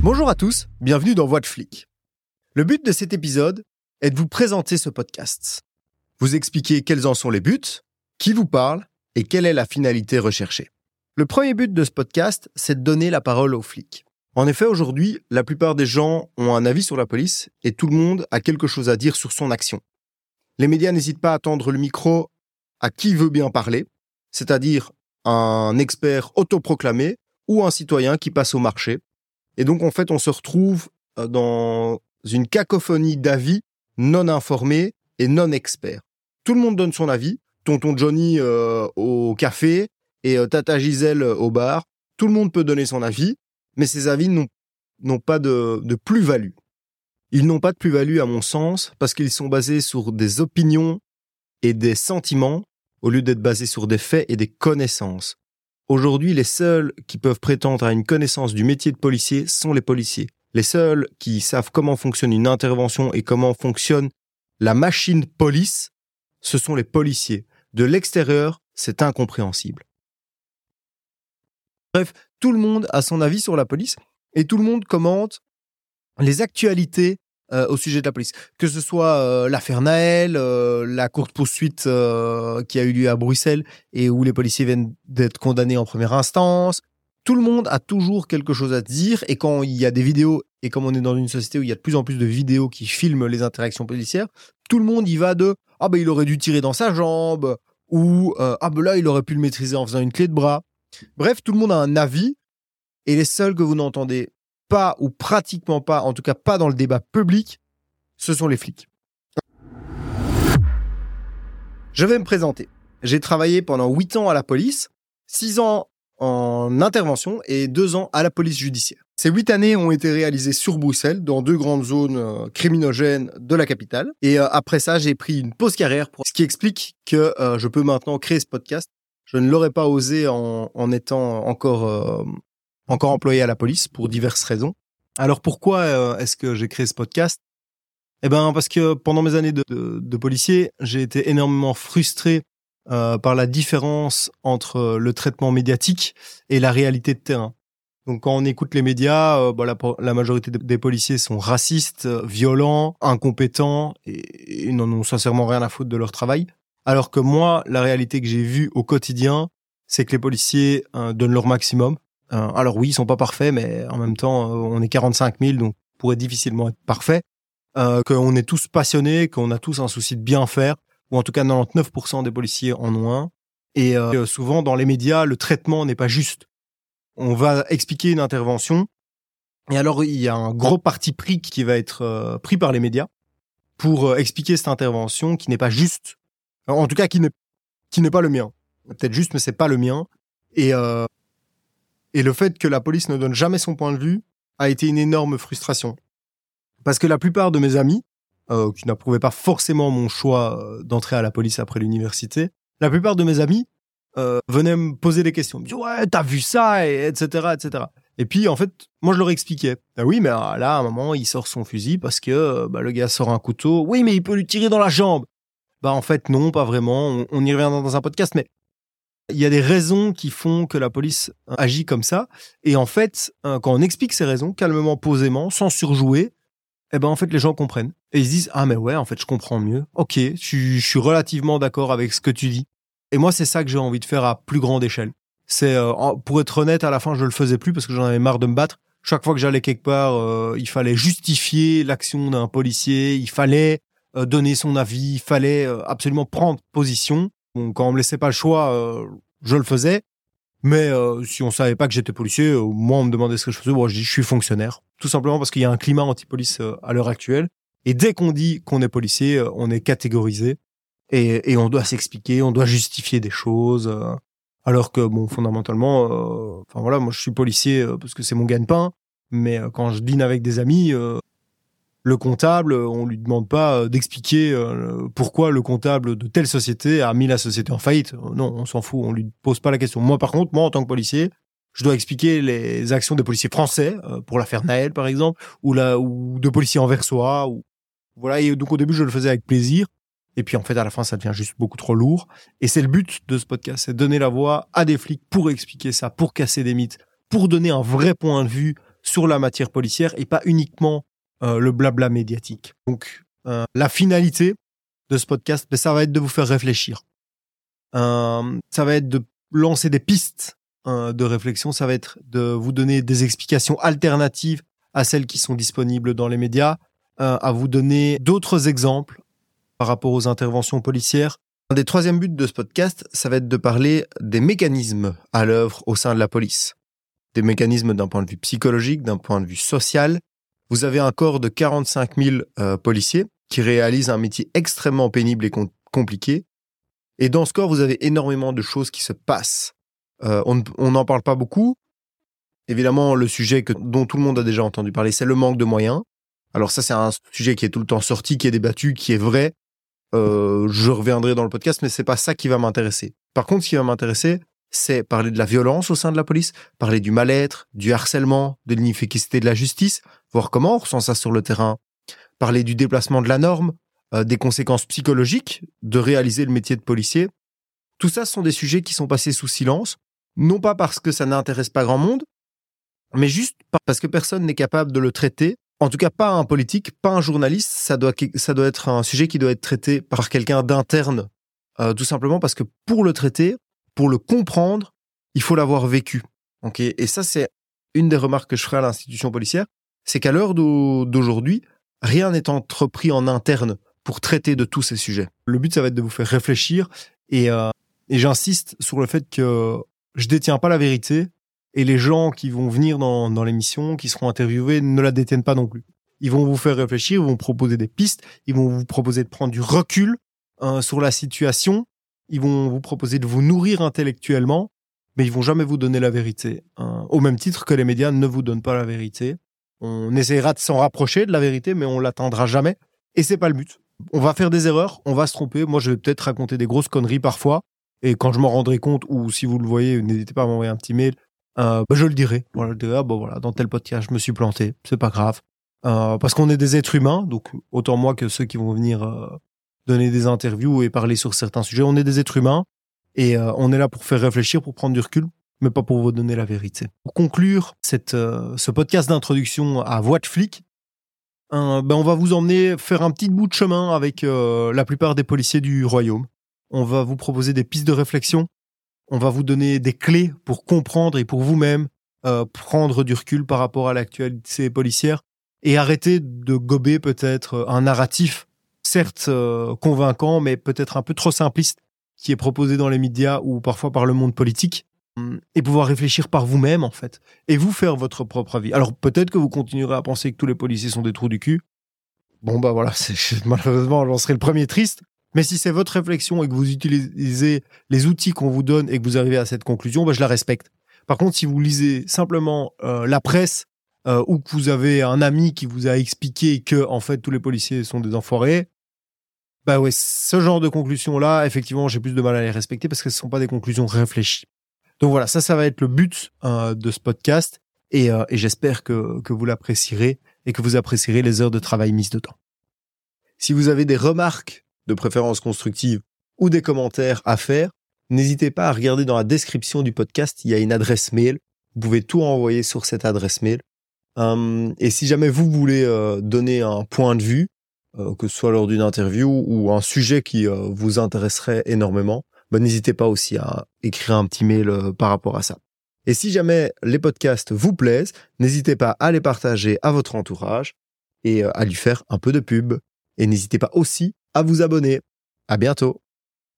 Bonjour à tous, bienvenue dans Voix de flic. Le but de cet épisode est de vous présenter ce podcast. Vous expliquer quels en sont les buts, qui vous parle et quelle est la finalité recherchée. Le premier but de ce podcast, c'est de donner la parole aux flics. En effet, aujourd'hui, la plupart des gens ont un avis sur la police et tout le monde a quelque chose à dire sur son action. Les médias n'hésitent pas à tendre le micro à qui veut bien parler, c'est-à-dire un expert autoproclamé ou un citoyen qui passe au marché. Et donc, en fait, on se retrouve dans une cacophonie d'avis non informés et non experts. Tout le monde donne son avis. Tonton Johnny au café et Tata Gisèle au bar. Tout le monde peut donner son avis, mais ces avis n'ont pas de plus-value. Ils n'ont pas de plus-value, à mon sens, parce qu'ils sont basés sur des opinions et des sentiments au lieu d'être basés sur des faits et des connaissances. Aujourd'hui, les seuls qui peuvent prétendre à une connaissance du métier de policier sont les policiers. Les seuls qui savent comment fonctionne une intervention et comment fonctionne la machine police, ce sont les policiers. De l'extérieur, c'est incompréhensible. Bref, tout le monde a son avis sur la police et tout le monde commente les actualités au sujet de la police. Que ce soit l'affaire Naël, la courte poursuite qui a eu lieu à Bruxelles et où les policiers viennent d'être condamnés en première instance. Tout le monde a toujours quelque chose à dire et quand il y a des vidéos, et comme on est dans une société où il y a de plus en plus de vidéos qui filment les interactions policières, tout le monde y va de « Ah ben il aurait dû tirer dans sa jambe » ou « Ah ben là il aurait pu le maîtriser en faisant une clé de bras ». Bref, tout le monde a un avis et les seuls que vous n'entendez pas ou pratiquement pas, en tout cas pas dans le débat public, ce sont les flics. Je vais me présenter. J'ai travaillé pendant 8 ans à la police, 6 ans en intervention et 2 ans à la police judiciaire. Ces 8 années ont été réalisées sur Bruxelles, dans 2 grandes zones criminogènes de la capitale. Et après ça, j'ai pris une pause carrière, ce qui explique que je peux maintenant créer ce podcast. Je ne l'aurais pas osé en étant encore employé à la police pour diverses raisons. Alors pourquoi est-ce que j'ai créé ce podcast ? Eh ben parce que pendant mes années de policier, j'ai été énormément frustré par la différence entre le traitement médiatique et la réalité de terrain. Donc quand on écoute les médias, la majorité des policiers sont racistes, violents, incompétents et n'en ont sincèrement rien à foutre de leur travail. Alors que moi, la réalité que j'ai vue au quotidien, c'est que les policiers donnent leur maximum. Alors oui, ils sont pas parfaits, mais en même temps, on est 45 000, donc on pourrait difficilement être parfait. Qu'on est tous passionnés, qu'on a tous un souci de bien faire, ou en tout cas 99% des policiers en ont un. Et souvent, dans les médias, le traitement n'est pas juste. On va expliquer une intervention, et alors il y a un gros parti pris qui va être pris par les médias pour expliquer cette intervention qui n'est pas juste. En tout cas, qui n'est pas le mien. Peut-être juste, mais c'est pas le mien. Et le fait que la police ne donne jamais son point de vue a été une énorme frustration. Parce que la plupart de mes amis, qui n'approuvaient pas forcément mon choix d'entrer à la police après l'université, la plupart de mes amis venaient me poser des questions. Ils me disaient « Ouais, t'as vu ça ?» etc., etc. Et puis, en fait, moi, je leur expliquais. « Oui, mais là, à un moment, il sort son fusil parce que le gars sort un couteau. Oui, mais il peut lui tirer dans la jambe. » En fait, non, pas vraiment. On y reviendra dans un podcast, mais il y a des raisons qui font que la police agit comme ça. Et en fait, quand on explique ces raisons, calmement, posément, sans surjouer, en fait, les gens comprennent. Et ils se disent « Ah, mais ouais, en fait, je comprends mieux. Ok, je suis relativement d'accord avec ce que tu dis. » Et moi, c'est ça que j'ai envie de faire à plus grande échelle. C'est, pour être honnête, à la fin, je le faisais plus parce que j'en avais marre de me battre. Chaque fois que j'allais quelque part, il fallait justifier l'action d'un policier, il fallait donner son avis, il fallait absolument prendre position. Bon, quand on me laissait pas le choix, je le faisais. Mais si on savait pas que j'étais policier, moi, on me demandait ce que je faisais. Bon, je dis je suis fonctionnaire. Tout simplement parce qu'il y a un climat anti-police à l'heure actuelle. Et dès qu'on dit qu'on est policier, on est catégorisé. Et on doit s'expliquer, on doit justifier des choses. Alors que, bon, fondamentalement, moi, je suis policier parce que c'est mon gagne-pain. Mais quand je dîne avec des amis, le comptable, on lui demande pas d'expliquer pourquoi le comptable de telle société a mis la société en faillite. Non, on s'en fout, on lui pose pas la question. Moi, par contre, en tant que policier, je dois expliquer les actions des policiers français pour l'affaire Naël, par exemple, ou de policiers anversois. Voilà. Et donc, au début, je le faisais avec plaisir. Et puis, en fait, à la fin, ça devient juste beaucoup trop lourd. Et c'est le but de ce podcast, c'est de donner la voix à des flics pour expliquer ça, pour casser des mythes, pour donner un vrai point de vue sur la matière policière et pas uniquement le blabla médiatique. Donc, la finalité de ce podcast, ça va être de vous faire réfléchir. Ça va être de lancer des pistes de réflexion. Ça va être de vous donner des explications alternatives à celles qui sont disponibles dans les médias, à vous donner d'autres exemples par rapport aux interventions policières. Un des troisièmes buts de ce podcast, ça va être de parler des mécanismes à l'œuvre au sein de la police. Des mécanismes d'un point de vue psychologique, d'un point de vue social. Vous avez un corps de 45 000 policiers qui réalisent un métier extrêmement pénible et compliqué. Et dans ce corps, vous avez énormément de choses qui se passent. On n'en parle pas beaucoup. Évidemment, le sujet dont tout le monde a déjà entendu parler, c'est le manque de moyens. Alors ça, c'est un sujet qui est tout le temps sorti, qui est débattu, qui est vrai. Je reviendrai dans le podcast, mais c'est pas ça qui va m'intéresser. Par contre, ce qui va m'intéresser, c'est parler de la violence au sein de la police, parler du mal-être, du harcèlement, de l'inefficacité de la justice, voir comment on ressent ça sur le terrain, parler du déplacement de la norme, des conséquences psychologiques de réaliser le métier de policier. Tout ça, ce sont des sujets qui sont passés sous silence, non pas parce que ça n'intéresse pas grand monde, mais juste parce que personne n'est capable de le traiter. En tout cas, pas un politique, pas un journaliste. Ça doit être un sujet qui doit être traité par quelqu'un d'interne, tout simplement parce que pour le traiter, pour le comprendre, il faut l'avoir vécu. Okay, et ça, c'est une des remarques que je ferai à l'institution policière, c'est qu'à l'heure d'aujourd'hui, rien n'est entrepris en interne pour traiter de tous ces sujets. Le but, ça va être de vous faire réfléchir et j'insiste sur le fait que je détiens pas la vérité. Et les gens qui vont venir dans l'émission, qui seront interviewés, ne la détiennent pas non plus. Ils vont vous faire réfléchir, ils vont vous proposer des pistes, ils vont vous proposer de prendre du recul sur la situation, ils vont vous proposer de vous nourrir intellectuellement, mais ils vont jamais vous donner la vérité. Au même titre que les médias ne vous donnent pas la vérité. On essaiera de s'en rapprocher de la vérité, mais on l'atteindra jamais. Et c'est pas le but. On va faire des erreurs, on va se tromper. Moi, je vais peut-être raconter des grosses conneries parfois. Et quand je m'en rendrai compte, ou si vous le voyez, n'hésitez pas à m'envoyer un petit mail. Je le dirai. Voilà, je dirai, voilà, dans tel podcast, je me suis planté. C'est pas grave. Parce qu'on est des êtres humains, donc autant moi que ceux qui vont venir donner des interviews et parler sur certains sujets. On est des êtres humains et on est là pour faire réfléchir, pour prendre du recul, mais pas pour vous donner la vérité. Pour conclure ce podcast d'introduction à Voix de flic, on va vous emmener faire un petit bout de chemin avec la plupart des policiers du royaume. On va vous proposer des pistes de réflexion. On va vous donner des clés pour comprendre et pour vous-même prendre du recul par rapport à l'actualité policière et arrêter de gober peut-être un narratif, certes convaincant, mais peut-être un peu trop simpliste, qui est proposé dans les médias ou parfois par le monde politique, et pouvoir réfléchir par vous-même, en fait, et vous faire votre propre avis. Alors peut-être que vous continuerez à penser que tous les policiers sont des trous du cul. Bon, voilà, malheureusement, j'en serai le premier triste. Mais si c'est votre réflexion et que vous utilisez les outils qu'on vous donne et que vous arrivez à cette conclusion, je la respecte. Par contre, si vous lisez simplement la presse ou que vous avez un ami qui vous a expliqué que en fait tous les policiers sont des enfoirés, ce genre de conclusions-là, effectivement, j'ai plus de mal à les respecter parce que ce ne sont pas des conclusions réfléchies. Donc voilà, ça va être le but de ce podcast et j'espère que vous l'apprécierez et que vous apprécierez les heures de travail mises dedans. Si vous avez des remarques de préférence constructive ou des commentaires à faire, n'hésitez pas à regarder dans la description du podcast, il y a une adresse mail. Vous pouvez tout envoyer sur cette adresse mail. Et si jamais vous voulez donner un point de vue, que ce soit lors d'une interview ou un sujet qui vous intéresserait énormément, n'hésitez pas aussi à écrire un petit mail par rapport à ça. Et si jamais les podcasts vous plaisent, n'hésitez pas à les partager à votre entourage et à lui faire un peu de pub. Et n'hésitez pas aussi à vous abonner. À bientôt.